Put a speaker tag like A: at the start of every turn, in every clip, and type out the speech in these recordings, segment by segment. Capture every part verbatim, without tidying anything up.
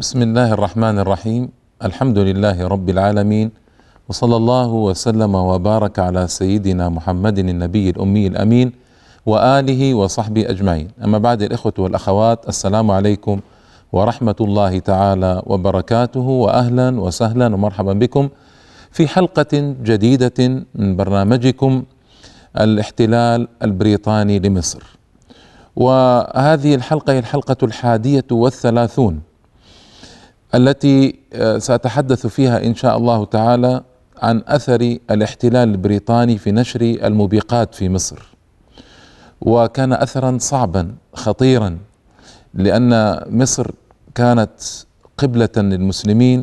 A: بسم الله الرحمن الرحيم. الحمد لله رب العالمين، وصلى الله وسلم وبارك على سيدنا محمد النبي الأمي الأمين وآله وصحبه أجمعين. أما بعد، الإخوة والأخوات، السلام عليكم ورحمة الله تعالى وبركاته، وأهلا وسهلا ومرحبا بكم في حلقة جديدة من برنامجكم الاحتلال البريطاني لمصر. وهذه الحلقة هي الحلقة الحادية والثلاثون التي سأتحدث فيها إن شاء الله تعالى عن أثر الاحتلال البريطاني في نشر الموبقات في مصر. وكان أثرا صعبا خطيرا، لأن مصر كانت قبلة للمسلمين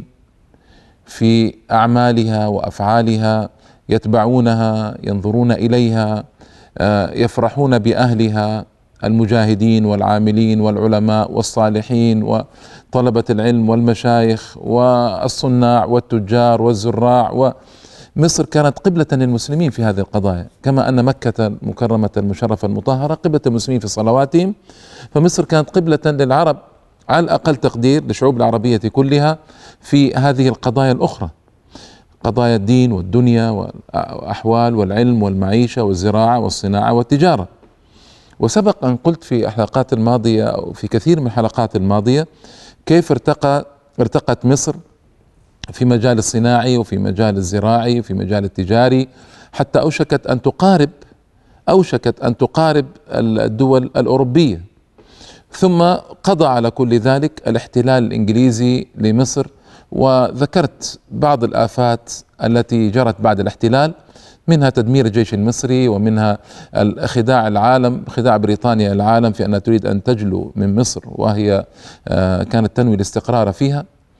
A: في أعمالها وأفعالها، يتبعونها، ينظرون إليها، يفرحون بأهلها المجاهدين والعاملين والعلماء والصالحين وطلبة العلم والمشايخ والصناع والتجار والزراع. ومصر كانت قبلة للمسلمين في هذه القضايا، كما أن مكة المكرمة المشرفة المطهرة قبلة المسلمين في صلواتهم، فمصر كانت قبلة للعرب على الأقل تقدير، للشعوب العربية كلها في هذه القضايا الأخرى، قضايا الدين والدنيا والأحوال والعلم والمعيشة والزراعة والصناعة والتجارة. وسبق أن قلت في الحلقات الماضية أو في كثير من الحلقات الماضية كيف ارتقى ارتقت مصر في مجال الصناعي وفي مجال الزراعي وفي مجال التجاري، حتى أوشكت أن تقارب أوشكت أن تقارب الدول الأوروبية. ثم قضى على كل ذلك الاحتلال الإنجليزي لمصر، وذكرت بعض الآفات التي جرت بعد الاحتلال، منها تدمير الجيش المصري، ومنها خداع العالم، خداع بريطانيا العالم في أنها تريد أن تجلو من مصر، وهي كانت تنوي الاستقرار فيها.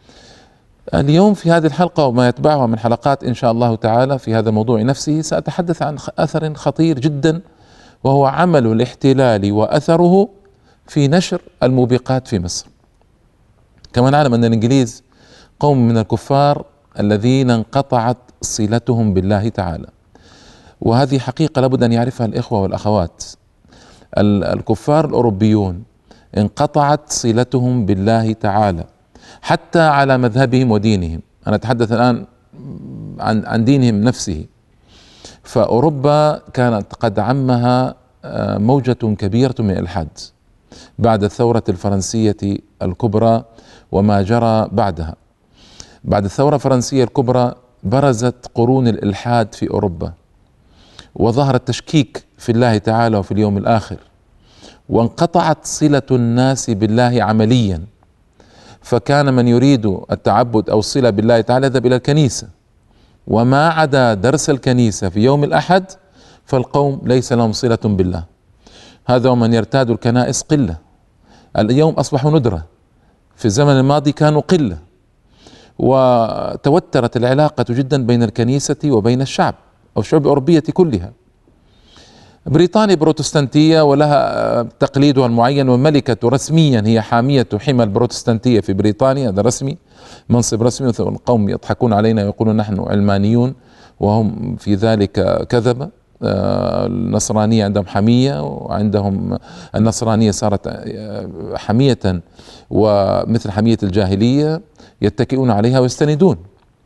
A: اليوم في هذه الحلقة وما يتبعها من حلقات إن شاء الله تعالى في هذا الموضوع نفسه سأتحدث عن أثر خطير جدا، وهو عمل الاحتلال وأثره في نشر الموبقات في مصر. كما نعلم أن الإنجليز قوم من الكفار الذين انقطعت صلتهم بالله تعالى، وهذه حقيقة لابد أن يعرفها الإخوة والأخوات. الكفار الأوروبيون انقطعت صلتهم بالله تعالى حتى على مذهبهم ودينهم. أنا أتحدث الآن عن عن دينهم نفسه. فأوروبا كانت قد عمها موجة كبيرة من الإلحاد بعد الثورة الفرنسية الكبرى وما جرى بعدها. بعد الثورة الفرنسية الكبرى برزت قرون الإلحاد في أوروبا، وظهر التشكيك في الله تعالى وفي اليوم الآخر، وانقطعت صلة الناس بالله عمليا. فكان من يريد التعبد أو الصلة بالله تعالى يذهب إلى الكنيسة، وما عدا درس الكنيسة في يوم الأحد فالقوم ليس لهم صلة بالله. هذا ومن يرتاد الكنائس قلة. اليوم أصبحوا ندرة، في الزمن الماضي كانوا قلة. وتوترت العلاقة جدا بين الكنيسة وبين الشعب أو الشعوب الأوروبية كلها. بريطانيا بروتستانتية ولها تقليدها المعين، والملكة رسميا هي حامية حمى البروتستانتية في بريطانيا، هذا رسمي، منصب رسمي. القوم يضحكون علينا ويقولون نحن علمانيون، وهم في ذلك كذبة. النصرانية عندهم حمية، وعندهم النصرانية صارت حمية ومثل حمية الجاهلية يتكئون عليها ويستندون.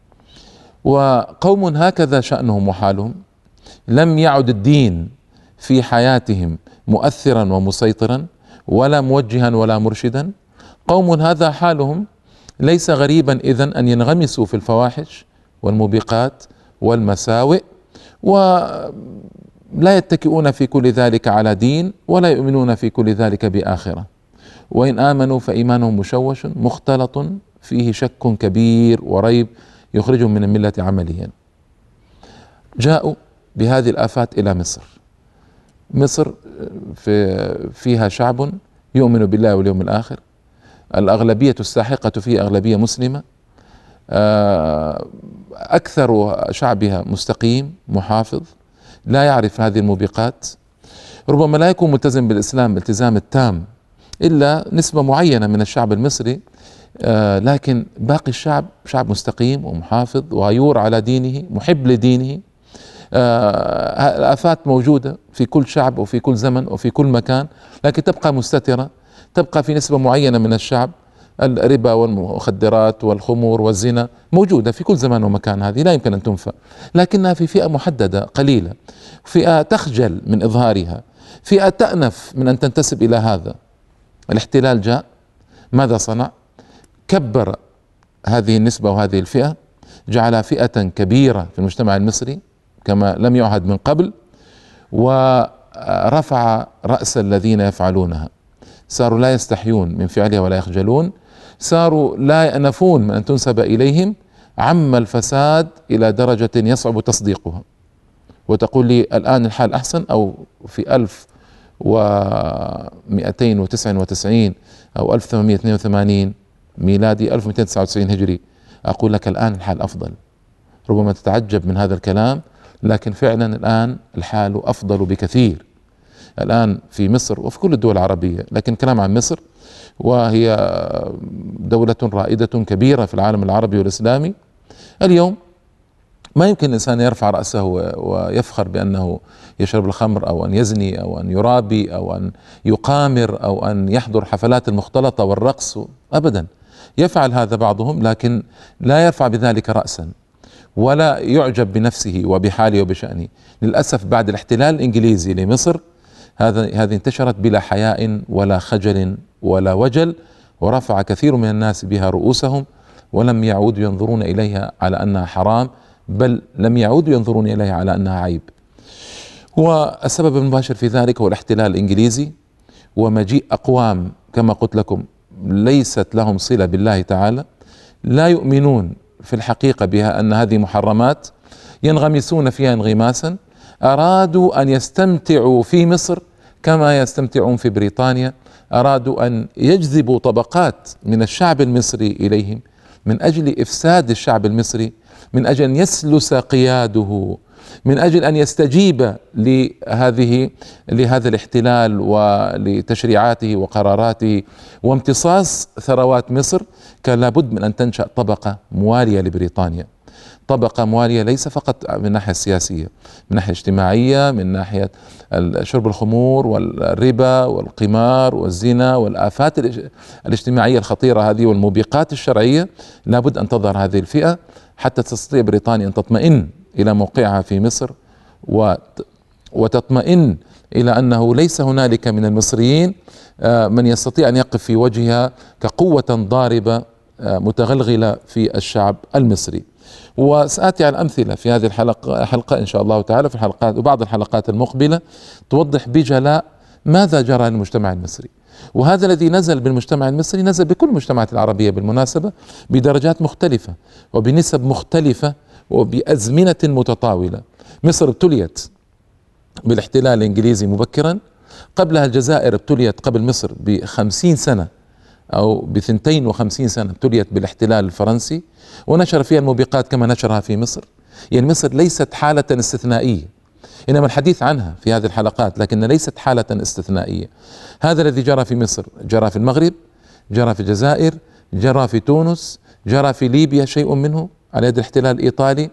A: وقوم هكذا شأنهم وحالهم، لم يعد الدين في حياتهم مؤثرا ومسيطرا ولا موجها ولا مرشدا. قوم هذا حالهم، ليس غريبا إذن أن ينغمسوا في الفواحش والموبقات والمساوئ، ولا يتكئون في كل ذلك على دين، ولا يؤمنون في كل ذلك بآخرة. وإن آمنوا فإيمانهم مشوش مختلط فيه شك كبير وريب يخرجهم من الملة عمليا. جاءوا بهذه الآفات إلى مصر. مصر في فيها شعب يؤمن بالله واليوم الآخر، الأغلبية الساحقة فيه أغلبية مسلمة، أكثر شعبها مستقيم محافظ، لا يعرف هذه الموبقات. ربما لا يكون ملتزم بالإسلام الالتزام التام إلا نسبة معينة من الشعب المصري، لكن باقي الشعب شعب مستقيم ومحافظ وغيور على دينه، محب لدينه. الآفات موجودة في كل شعب وفي كل زمن وفي كل مكان، لكن تبقى مستترة، تبقى في نسبة معينة من الشعب الربا والمخدرات والخمور والزنا موجودة في كل زمان ومكان، هذه لا يمكن أن تنفى، لكنها في فئة محددة قليلة، فئة تخجل من إظهارها، فئة تأنف من أن تنتسب إلى هذا. الاحتلال جاء، ماذا صنع؟ كبر هذه النسبة وهذه الفئة، جعلها فئة كبيرة في المجتمع المصري كما لم يعهد من قبل، ورفع رأس الذين يفعلونها، صاروا لا يستحيون من فعلها ولا يخجلون، صاروا لا يأنفون من أن تنسب إليهم. عم الفساد إلى درجة يصعب تصديقها. وتقول لي الآن الحال أحسن، أو في ألف ومئتين وتسعة وتسعين أو ألف وثمانمئة واثنين وثمانين ميلادي ألف ومئتين وتسعة وتسعين هجري، أقول لك الآن الحال أفضل. ربما تتعجب من هذا الكلام، لكن فعلا الآن الحال أفضل بكثير. الآن في مصر وفي كل الدول العربية، لكن كلام عن مصر وهي دولة رائدة كبيرة في العالم العربي والإسلامي، اليوم ما يمكن الإنسان يرفع رأسه ويفخر بأنه يشرب الخمر أو أن يزني أو أن يرابي أو أن يقامر أو أن يحضر حفلات المختلطة والرقص، أبدا. يفعل هذا بعضهم، لكن لا يرفع بذلك رأسا ولا يعجب بنفسه وبحاله وبشأنه. للأسف بعد الاحتلال الإنجليزي لمصر، هذا هذه انتشرت بلا حياء ولا خجل ولا وجل، ورفع كثير من الناس بها رؤوسهم، ولم يعودوا ينظرون إليها على أنها حرام، بل لم يعودوا ينظرون إليها على أنها عيب. والسبب المباشر في ذلك هو الاحتلال الإنجليزي، ومجيء أقوام كما قلت لكم ليست لهم صلة بالله تعالى، لا يؤمنون في الحقيقة بها أن هذه محرمات، ينغمسون فيها انغماسا، أرادوا أن يستمتعوا في مصر كما يستمتعون في بريطانيا، أرادوا أن يجذبوا طبقات من الشعب المصري إليهم من أجل إفساد الشعب المصري، من أجل أن يسلس قياده، من أجل أن يستجيب لهذه لهذا الاحتلال ولتشريعاته وقراراته وامتصاص ثروات مصر. كان لابد من أن تنشأ طبقة موالية لبريطانيا، طبقة موالية ليس فقط من الناحية السياسية، من ناحية اجتماعية، من ناحية شرب الخمور والربا والقمار والزنا والآفات الاجتماعية الخطيرة هذه والموبقات الشرعية. لابد أن تظهر هذه الفئة حتى تستطيع بريطانيا أن تطمئن إلى موقعها في مصر، وتطمئن إلى أنه ليس هنالك من المصريين من يستطيع أن يقف في وجهها كقوة ضاربة متغلغلة في الشعب المصري. وسآتي على الأمثلة في هذه الحلقة حلقة إن شاء الله تعالى، في الحلقات وبعض الحلقات المقبلة توضح بجلاء ماذا جرى للمجتمع المصري. وهذا الذي نزل بالمجتمع المصري نزل بكل المجتمعات العربية بالمناسبة، بدرجات مختلفة وبنسب مختلفة وبأزمنة متطاولة. مصر ابتليت بالاحتلال الإنجليزي مبكرا، قبلها الجزائر ابتليت قبل مصر بخمسين سنة أو بثنتين وخمسين سنة ابتليت بالاحتلال الفرنسي، ونشر فيها الموبقات كما نشرها في مصر. يعني مصر ليست حالة استثنائية، إنما الحديث عنها في هذه الحلقات، لكن ليست حالة استثنائية. هذا الذي جرى في مصر جرى في المغرب، جرى في الجزائر، جرى في تونس، جرى في ليبيا شيء منه على يد الاحتلال الإيطالي،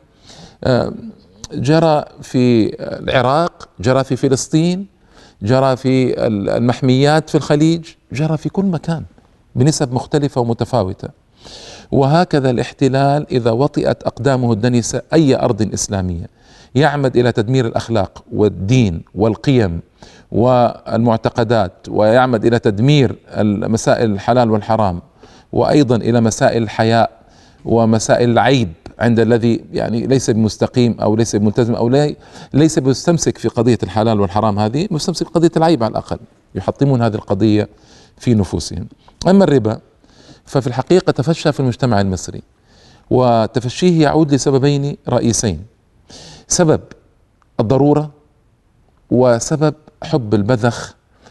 A: جرى في العراق، جرى في فلسطين، جرى في المحميات في الخليج، جرى في كل مكان بنسب مختلفة ومتفاوتة. وهكذا الاحتلال إذا وطئت أقدامه الدنيسة أي أرض إسلامية يعمد إلى تدمير الأخلاق والدين والقيم والمعتقدات، ويعمد إلى تدمير مسائل الحلال والحرام، وأيضا إلى مسائل الحياء ومسائل العيب عند الذي يعني ليس بمستقيم أو ليس بملتزم أو ليس بمستمسك في قضية الحلال والحرام، هذه مستمسك في قضية العيب على الأقل، يحطمون هذه القضية في نفوسهم. أما الربا ففي الحقيقة تفشى في المجتمع المصري، وتفشيه يعود لسببين رئيسين: سبب الضرورة، وسبب حب البذخ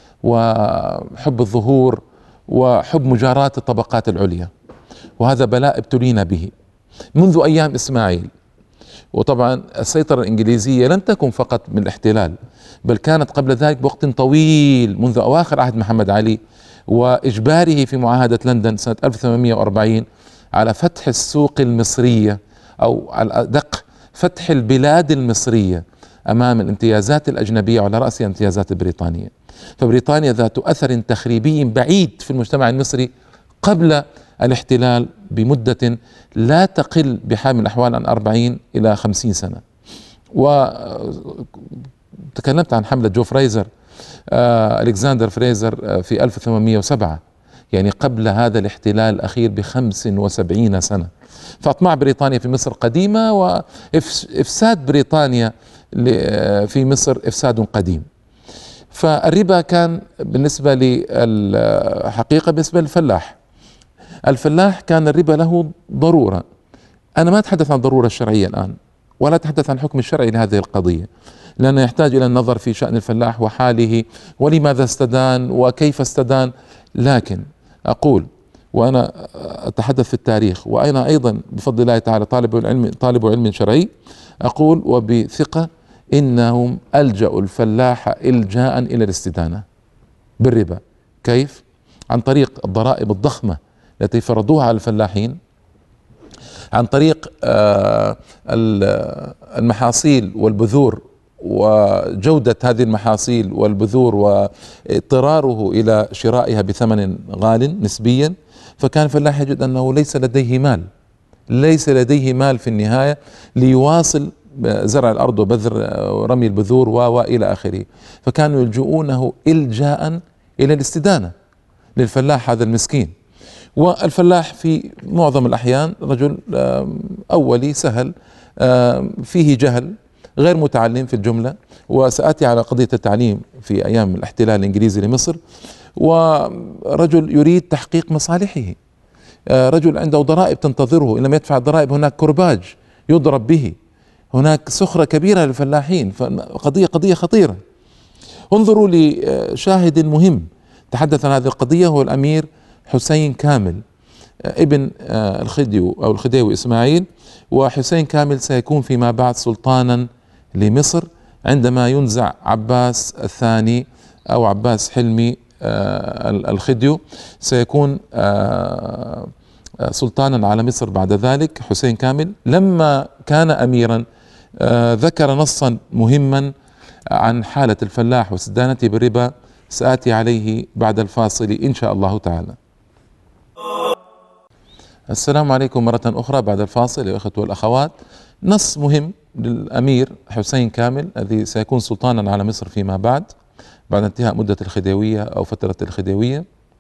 A: وحب الظهور وحب مجاراة الطبقات العليا. وهذا بلاء ابتلينا به منذ أيام إسماعيل. وطبعا السيطرة الإنجليزية لم تكن فقط من الاحتلال، بل كانت قبل ذلك بوقت طويل منذ أواخر عهد محمد علي، وإجباره في معاهدة لندن سنة ألف وثمانمئة وأربعين على فتح السوق المصرية، أو على الأدق فتح البلاد المصرية أمام الامتيازات الأجنبية، وعلى رأسها الامتيازات البريطانية. فبريطانيا ذات أثر تخريبي بعيد في المجتمع المصري قبل الاحتلال بمدة لا تقل بحال من الأحوال عن أربعين إلى خمسين سنة. وتكلمت عن حملة جو فريزر آه ألكسندر فريزر آه في ألف وثمانمئة وسبعة، يعني قبل هذا الاحتلال الأخير بخمس وسبعين سنة. فأطماع بريطانيا في مصر قديمة، وإفساد بريطانيا في مصر إفساد قديم. فالربا كان بالنسبة للحقيقة بالنسبة للفلاح، الفلاح كان الربا له ضرورة. أنا ما أتحدث عن الضرورة الشرعية الآن، ولا أتحدث عن الحكم الشرعي لهذه القضية، لأنه يحتاج إلى النظر في شأن الفلاح وحاله ولماذا استدان وكيف استدان. لكن أقول وأنا أتحدث في التاريخ، وأنا أيضا بفضل الله تعالى طالب علم طالب علم شرعي، أقول وبثقة إنهم ألجأوا الفلاح إلجاء إلى الاستدانة بالربا. كيف؟ عن طريق الضرائب الضخمة التي فرضوها على الفلاحين، عن طريق المحاصيل والبذور وجودة هذه المحاصيل والبذور واضطراره إلى شرائها بثمن غال نسبيا. فكان الفلاح يجد أنه ليس لديه مال، ليس لديه مال في النهاية ليواصل زرع الأرض وبذر ورمي البذور وإلى آخره، فكانوا يلجؤونه إلجاء إلى الاستدانة للفلاح هذا المسكين. والفلاح في معظم الأحيان رجل أولي سهل، فيه جهل، غير متعلم في الجملة، وسأتي على قضية التعليم في أيام الاحتلال الإنجليزي لمصر. ورجل يريد تحقيق مصالحه، رجل عنده ضرائب تنتظره، إن لم يدفع الضرائب هناك كرباج يضرب به، هناك سخرة كبيرة للفلاحين، فقضية قضية خطيرة. انظروا لشاهد مهم تحدث عن هذه القضية، هو الأمير حسين كامل ابن الخديو أو الخديوي إسماعيل. وحسين كامل سيكون فيما بعد سلطانا لمصر عندما ينزع عباس الثاني أو عباس حلمي الخديو، سيكون سلطانا على مصر بعد ذلك. حسين كامل لما كان أميرا ذكر نصا مهما عن حالة الفلاح واستدانته بالربا، سآتي عليه بعد الفاصل إن شاء الله تعالى. السلام عليكم مرة أخرى بعد الفاصل يا أخوة والأخوات. نص مهم للأمير حسين كامل الذي سيكون سلطانا على مصر فيما بعد بعد انتهاء مدة الخديوية أو فترة الخديوية،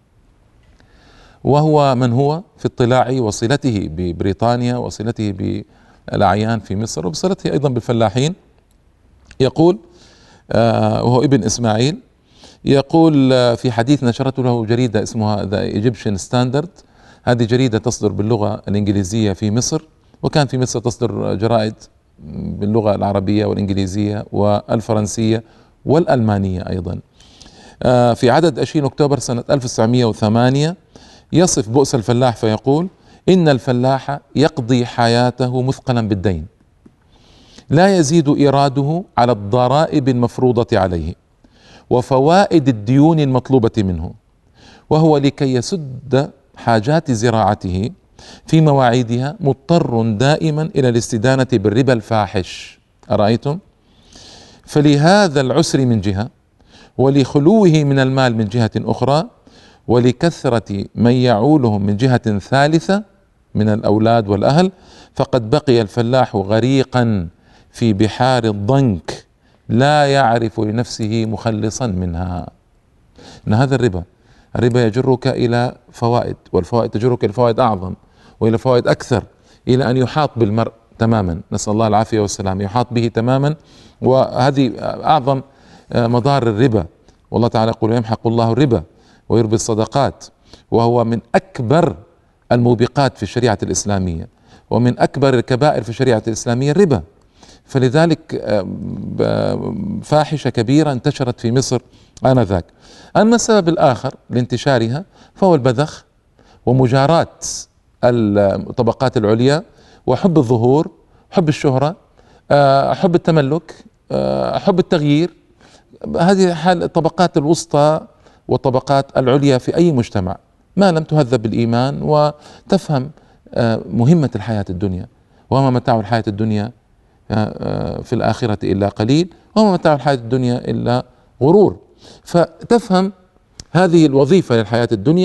A: وهو من هو في اطلاعي وصلته ببريطانيا وصلته بالأعيان في مصر وبصلته أيضا بالفلاحين. يقول آه وهو ابن إسماعيل، يقول آه في حديث نشرته له جريدة اسمها The Egyptian Standard، هذه جريدة تصدر باللغة الإنجليزية في مصر، وكان في مصر تصدر جرائد باللغة العربية والإنجليزية والفرنسية والألمانية أيضا. آه في عدد عشرين أكتوبر سنة ألف وتسعمئة وثمانية يصف بؤس الفلاح فيقول: إن الفلاح يقضي حياته مثقلا بالدين، لا يزيد إيراده على الضرائب المفروضة عليه وفوائد الديون المطلوبة منه، وهو لكي يسد حاجات زراعته في مواعيدها مضطر دائما إلى الاستدانة بالربا الفاحش. أرأيتم؟ فلهذا العسر من جهة، ولخلوه من المال من جهة أخرى، ولكثرة من يعولهم من جهة ثالثة من الأولاد والأهل، فقد بقي الفلاح غريقا في بحار الضنك لا يعرف لنفسه مخلصا منها. إن هذا الربا الربا يجرك إلى فوائد، والفوائد تجرك إلى فوائد أعظم وإلى فوائد أكثر، إلى أن يحاط بالمرء تماما، نسأل الله العافية والسلام، يحاط به تماما. وهذه أعظم مضار الربا، والله تعالى يقول: يمحق الله الربا ويربي الصدقات، وهو من أكبر الموبقات في الشريعة الإسلامية، ومن أكبر الكبائر في الشريعة الإسلامية الربا. فلذلك فاحشة كبيرة انتشرت في مصر آنذاك. أما السبب الآخر لانتشارها فهو البذخ ومجاراة الطبقات العليا وحب الظهور، حب الشهرة، حب التملك، حب التغيير. هذه حال الطبقات الوسطى والطبقات العليا في أي مجتمع ما لم تهذب بالإيمان وتفهم مهمة الحياة الدنيا، وما متاع الحياة الدنيا في الآخرة إلا قليل، وما متاع الحياة الدنيا إلا غرور. فتفهم هذه الوظيفة للحياة الدنيا،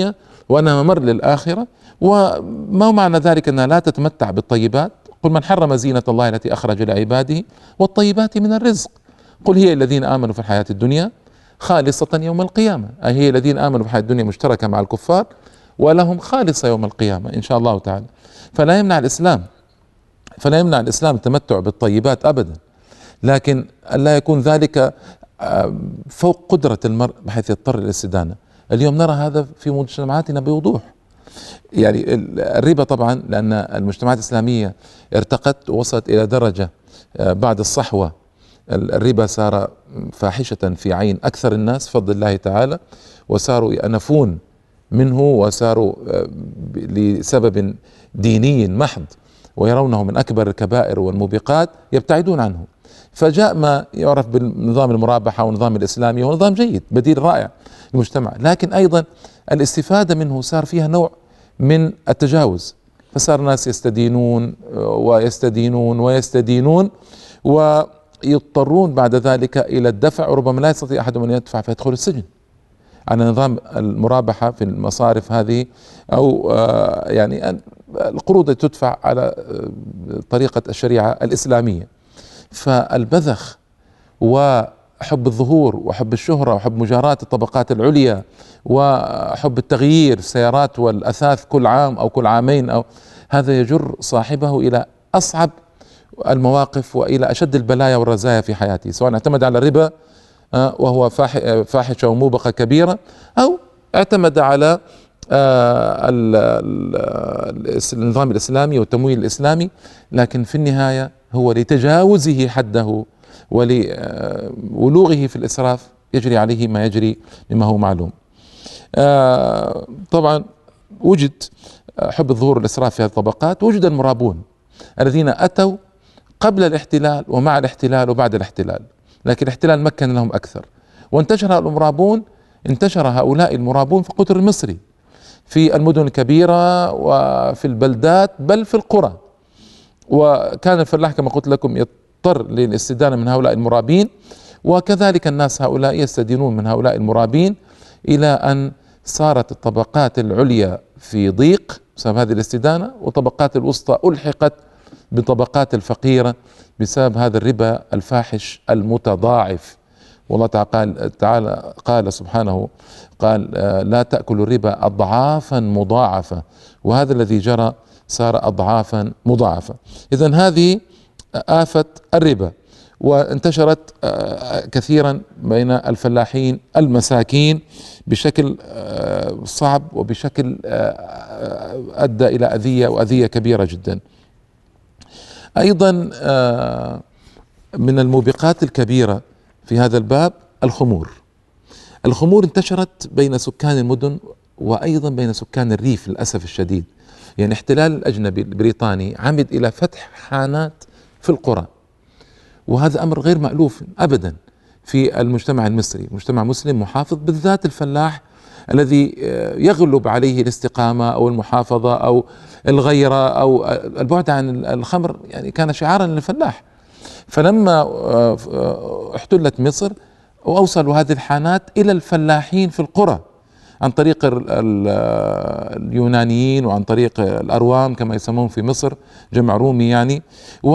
A: وأنها ممر للآخرة. وما معنى ذلك أنها لا تتمتع بالطيبات؟ قل من حرم زينة الله التي أخرج لعباده والطيبات من الرزق، قل هي الذين آمنوا في الحياة الدنيا خالصة يوم القيامة، أي هي الذين آمنوا في الحياة الدنيا مشتركة مع الكفار ولهم خالصة يوم القيامة إن شاء الله تعالى. فلا يمنع الإسلام فلا يمنع الإسلام التمتع بالطيبات أبدا، لكن لا يكون ذلك فوق قدرة المرء بحيث يضطر إلى الاستدانة. اليوم نرى هذا في مجتمعاتنا بوضوح. يعني الربا طبعا، لأن المجتمعات الإسلامية ارتقت ووصلت إلى درجة بعد الصحوة الربا صار فاحشة في عين أكثر الناس بفضل الله تعالى، وصاروا يأنفون منه، وصاروا لسبب ديني محض ويرونه من أكبر الكبائر والموبقات يبتعدون عنه. فجاء ما يعرف بالنظام المرابحة والنظام الإسلامي، هو نظام جيد بديل رائع للمجتمع، لكن أيضا الاستفادة منه صار فيها نوع من التجاوز، فصار الناس يستدينون ويستدينون ويستدينون ويضطرون بعد ذلك إلى الدفع، وربما لا يستطيع أحد أن يدفع فيدخل السجن على نظام المرابحة في المصارف هذه، أو يعني القروض التي تدفع على طريقة الشريعة الإسلامية. فالبذخ وحب الظهور وحب الشهرة وحب مجاراة الطبقات العليا وحب التغيير السيارات والأثاث كل عام أو كل عامين، أو هذا يجر صاحبه إلى أصعب المواقف وإلى أشد البلايا والرزايا في حياته، سواء اعتمد على الربا وهو فاحشة وموبقة كبيرة، أو اعتمد على النظام الإسلامي والتمويل الإسلامي، لكن في النهاية هو لتجاوزه حده ولولوغه في الإسراف يجري عليه ما يجري مما هو معلوم. طبعا وجد حب الظهور والإسراف في هذه الطبقات، وجد المرابون الذين أتوا قبل الاحتلال ومع الاحتلال وبعد الاحتلال، لكن الاحتلال مكن لهم أكثر، وانتشر المرابون انتشر هؤلاء المرابون في القطر المصري، في المدن الكبيرة وفي البلدات بل في القرى. وكان الفلاح كما قلت لكم يضطر للاستدانة من هؤلاء المرابين، وكذلك الناس هؤلاء يستدينون من هؤلاء المرابين، إلى أن صارت الطبقات العليا في ضيق بسبب هذه الاستدانة، والطبقات الوسطى ألحقت بطبقات الفقيرة بسبب هذا الربا الفاحش المتضاعف. والله تعالى قال سبحانه، قال لا تأكلوا الربا أضعافا مضاعفة، وهذا الذي جرى صار أضعافا مضاعفة. إذن هذه آفة الربا، وانتشرت كثيرا بين الفلاحين المساكين بشكل صعب، وبشكل أدى إلى أذية وأذية كبيرة جدا. أيضا من الموبقات الكبيرة في هذا الباب الخمور. الخمور انتشرت بين سكان المدن وأيضا بين سكان الريف للأسف الشديد. يعني احتلال الأجنبي البريطاني عمد إلى فتح حانات في القرى، وهذا أمر غير مألوف أبدا في المجتمع المصري، مجتمع مسلم محافظ، بالذات الفلاح الذي يغلب عليه الاستقامة أو المحافظة أو الغيرة أو البعد عن الخمر، يعني كان شعارا للفلاح. فلما احتلت مصر وأوصلوا هذه الحانات إلى الفلاحين في القرى عن طريق اليونانيين وعن طريق الأروام كما يسمون في مصر، جمع رومي يعني،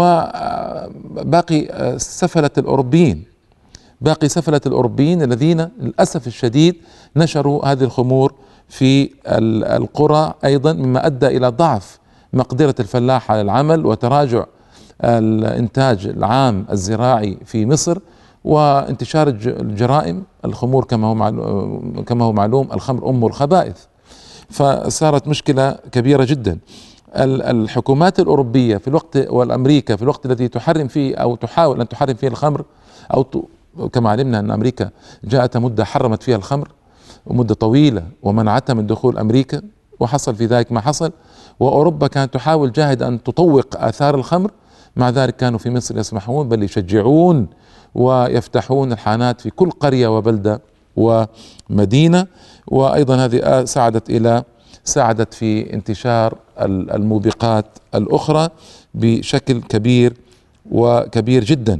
A: وباقي سفلة الأوروبيين باقي سفلة الأوروبيين الذين للأسف الشديد نشروا هذه الخمور في القرى أيضا، مما أدى إلى ضعف مقدرة الفلاح على العمل وتراجع الإنتاج العام الزراعي في مصر، وانتشار الجرائم. الخمور كما هو معلوم كما هو معلوم الخمر أم الخبائث، فصارت مشكلة كبيرة جدا. الحكومات الأوروبية في الوقت والأمريكا في الوقت الذي تحرم فيه أو تحاول أن تحرم فيه الخمر، أو كما علمنا أن أمريكا جاءت مدة حرمت فيها الخمر ومدة طويلة ومنعتها من دخول أمريكا، وحصل في ذلك ما حصل. وأوروبا كانت تحاول جاهدة أن تطوق آثار الخمر، مع ذلك كانوا في مصر يسمحون بل يشجعون ويفتحون الحانات في كل قرية وبلدة ومدينة. وأيضا هذه ساعدت إلى ساعدت في انتشار الموبقات الأخرى بشكل كبير وكبير جدا.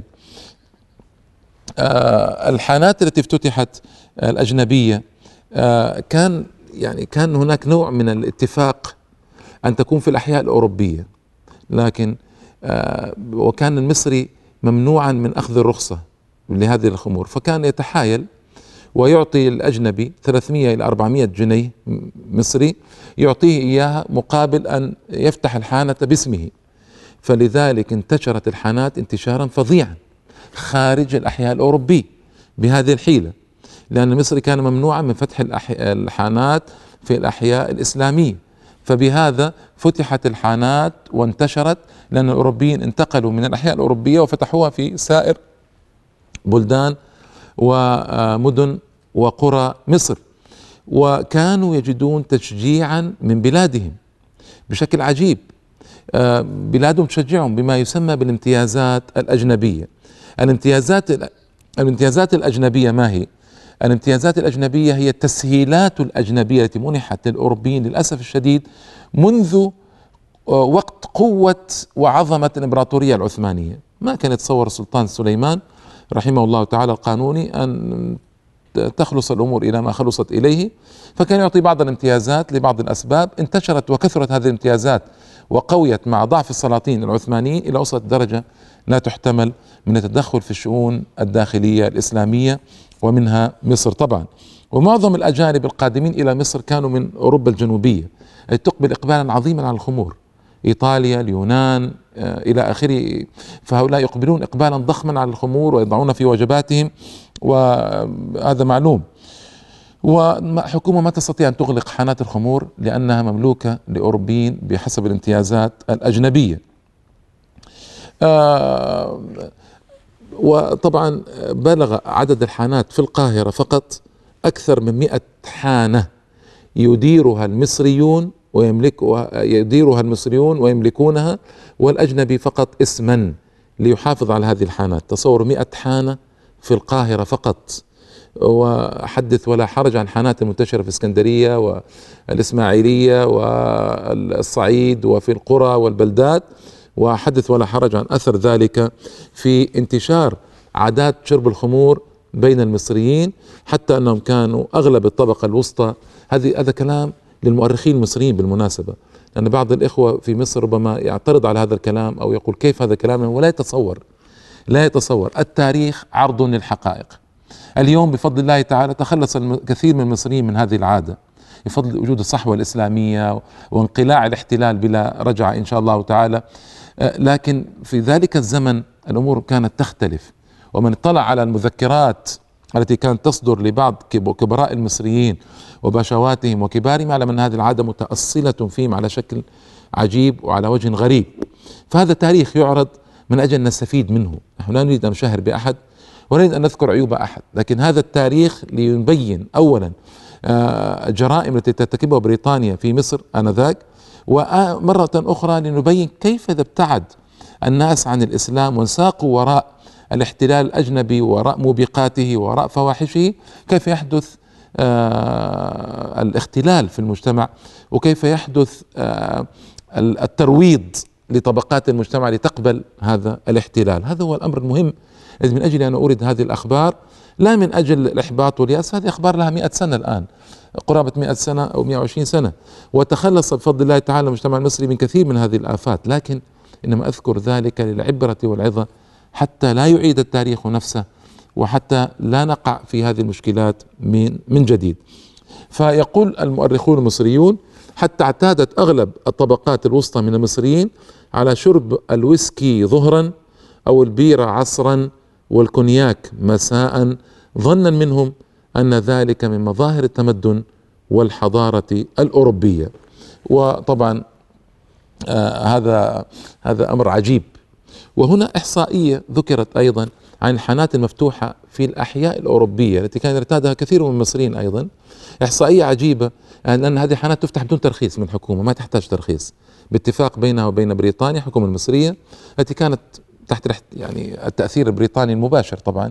A: الحانات التي افتتحت الأجنبية كان يعني كان هناك نوع من الاتفاق أن تكون في الأحياء الأوروبية، لكن آه وكان المصري ممنوعا من أخذ الرخصة لهذه الخمور، فكان يتحايل ويعطي الأجنبي ثلاثمئة إلى أربعمئة جنيه مصري، يعطيه إياها مقابل أن يفتح الحانة باسمه. فلذلك انتشرت الحانات انتشارا فظيعا خارج الأحياء الأوروبي بهذه الحيلة، لأن المصري كان ممنوعا من فتح الحانات في الأحياء الإسلامية، فبهذا فتحت الحانات وانتشرت، لأن الأوروبيين انتقلوا من الأحياء الأوروبية وفتحوها في سائر بلدان ومدن وقرى مصر، وكانوا يجدون تشجيعا من بلادهم بشكل عجيب. بلادهم تشجعهم بما يسمى بالامتيازات الأجنبية. الامتيازات الامتيازات الأجنبية ما هي؟ الامتيازات الأجنبية هي التسهيلات الأجنبية التي منحت للأوروبيين للأسف الشديد منذ وقت قوة وعظمة الإمبراطورية العثمانية. ما كان يتصور السلطان سليمان رحمه الله تعالى القانوني أن تخلص الأمور إلى ما خلصت إليه، فكان يعطي بعض الامتيازات لبعض الأسباب. انتشرت وكثرت هذه الامتيازات وقويت مع ضعف السلاطين العثمانيين إلى وصلت درجة لا تحتمل من التدخل في الشؤون الداخلية الإسلامية، ومنها مصر طبعا. ومعظم الأجانب القادمين إلى مصر كانوا من أوروبا الجنوبية، أي تقبل إقبالا عظيما على الخمور، إيطاليا، اليونان إلى آخره، فهؤلاء يقبلون إقبالا ضخما على الخمور ويضعون في وجباتهم، وهذا معلوم. وحكومة ما تستطيع أن تغلق حانات الخمور لأنها مملوكة لأوروبيين بحسب الامتيازات الأجنبية. آه وطبعا بلغ عدد الحانات في القاهرة فقط أكثر من مئة حانة يديرها المصريون ويملكها يديرها المصريون ويملكونها، والأجنبي فقط اسما ليحافظ على هذه الحانات. تصور مئة حانة في القاهرة فقط، وحدث ولا حرج عن حانات المنتشرة في اسكندرية والإسماعيلية والصعيد وفي القرى والبلدات، وحدث ولا حرج عن أثر ذلك في انتشار عادات شرب الخمور بين المصريين، حتى أنهم كانوا أغلب الطبقة الوسطى. هذه هذا كلام للمؤرخين المصريين بالمناسبة، لأن بعض الإخوة في مصر ربما يعترض على هذا الكلام أو يقول كيف هذا الكلام، ولا يتصور لا يتصور التاريخ عرض للحقائق. اليوم بفضل الله تعالى تخلص الكثير من المصريين من هذه العادة بفضل وجود الصحوة الإسلامية وانقلاع الاحتلال بلا رجعة إن شاء الله تعالى، لكن في ذلك الزمن الأمور كانت تختلف. ومن اطلع على المذكرات التي كانت تصدر لبعض كبراء المصريين وباشواتهم وكبارهم يعلم أن هذه العادة متأصلة فيهم على شكل عجيب وعلى وجه غريب. فهذا تاريخ يعرض من أجل أن نستفيد منه. نحن لا نريد أن نشهر بأحد ولا نريد أن نذكر عيوب أحد، لكن هذا التاريخ ليبين أولا الجرائم التي ترتكبها بريطانيا في مصر آنذاك، ومرة أخرى لنبين كيف إذا ابتعد الناس عن الإسلام وانساقوا وراء الاحتلال الأجنبي وراء موبقاته وراء فواحشه، كيف يحدث آه الاختلال في المجتمع، وكيف يحدث آه الترويض لطبقات المجتمع لتقبل هذا الاحتلال. هذا هو الأمر المهم. إذ من أجل أن أورد هذه الأخبار لا من أجل الإحباط واليأس، هذه أخبار لها مئة سنة الآن، قرابة مئة سنة أو مئة وعشرين سنة، وتخلص بفضل الله تعالى المجتمع المصري من كثير من هذه الآفات، لكن إنما أذكر ذلك للعبرة والعظة حتى لا يعيد التاريخ نفسه، وحتى لا نقع في هذه المشكلات من من جديد. فيقول المؤرخون المصريون حتى اعتادت أغلب الطبقات الوسطى من المصريين على شرب الويسكي ظهرا أو البيرة عصرا والكونياك مساء، ظنا منهم أن ذلك من مظاهر التمدن والحضارة الأوروبية. وطبعا آه هذا هذا أمر عجيب. وهنا إحصائية ذكرت أيضا عن الحانات المفتوحة في الأحياء الأوروبية التي كان يرتادها كثير من المصريين أيضا. إحصائية عجيبة، لأن هذه الحانات تفتح بدون ترخيص من الحكومة، ما تحتاج ترخيص، باتفاق بينها وبين بريطانيا الحكومة المصرية التي كانت تحت يعني التأثير البريطاني المباشر طبعا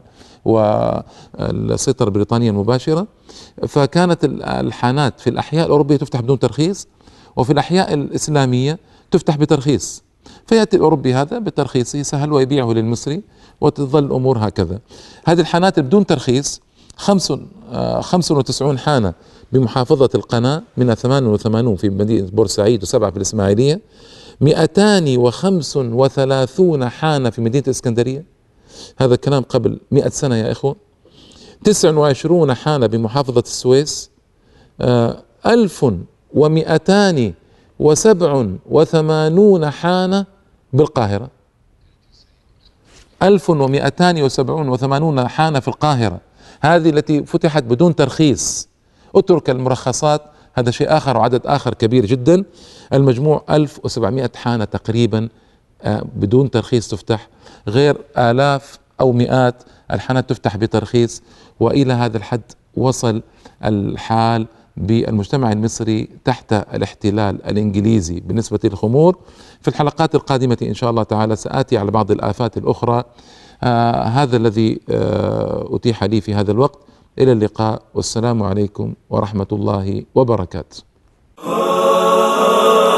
A: والسيطرة البريطانية المباشرة. فكانت الحانات في الأحياء الأوروبية تفتح بدون ترخيص، وفي الأحياء الإسلامية تفتح بترخيص، فيأتي الأوروبي هذا بترخيصه سهل ويبيعه للمصري وتظل الأمور هكذا. هذه الحانات بدون ترخيص خمس آه خمس وتسعون حانة بمحافظة القناة، منها ثمان وثمانون في مدينة بورسعيد وسبعة في الإسماعيلية، مئتان وخمس وثلاثون حانة في مدينة الإسكندرية، هذا الكلام قبل مئة سنة يا إخوة، تسع وعشرون حانة بمحافظة السويس، آه ألف ومئتان وسبع وثمانون حانة بالقاهرة، ألف ومئتان وسبعون وثمانون حانة في القاهرة، هذه التي فتحت بدون ترخيص، اترك المرخصات هذا شيء آخر وعدد آخر كبير جدا، المجموع ألف وسبعمائة حانة تقريبا بدون ترخيص تفتح، غير آلاف أو مئات الحانات تفتح بترخيص. وإلى هذا الحد وصل الحال بالمجتمع المصري تحت الاحتلال الإنجليزي بالنسبة للخمور. في الحلقات القادمة إن شاء الله تعالى سآتي على بعض الآفات الأخرى. آه هذا الذي آه أتيح لي في هذا الوقت، إلى اللقاء والسلام عليكم ورحمة الله وبركاته.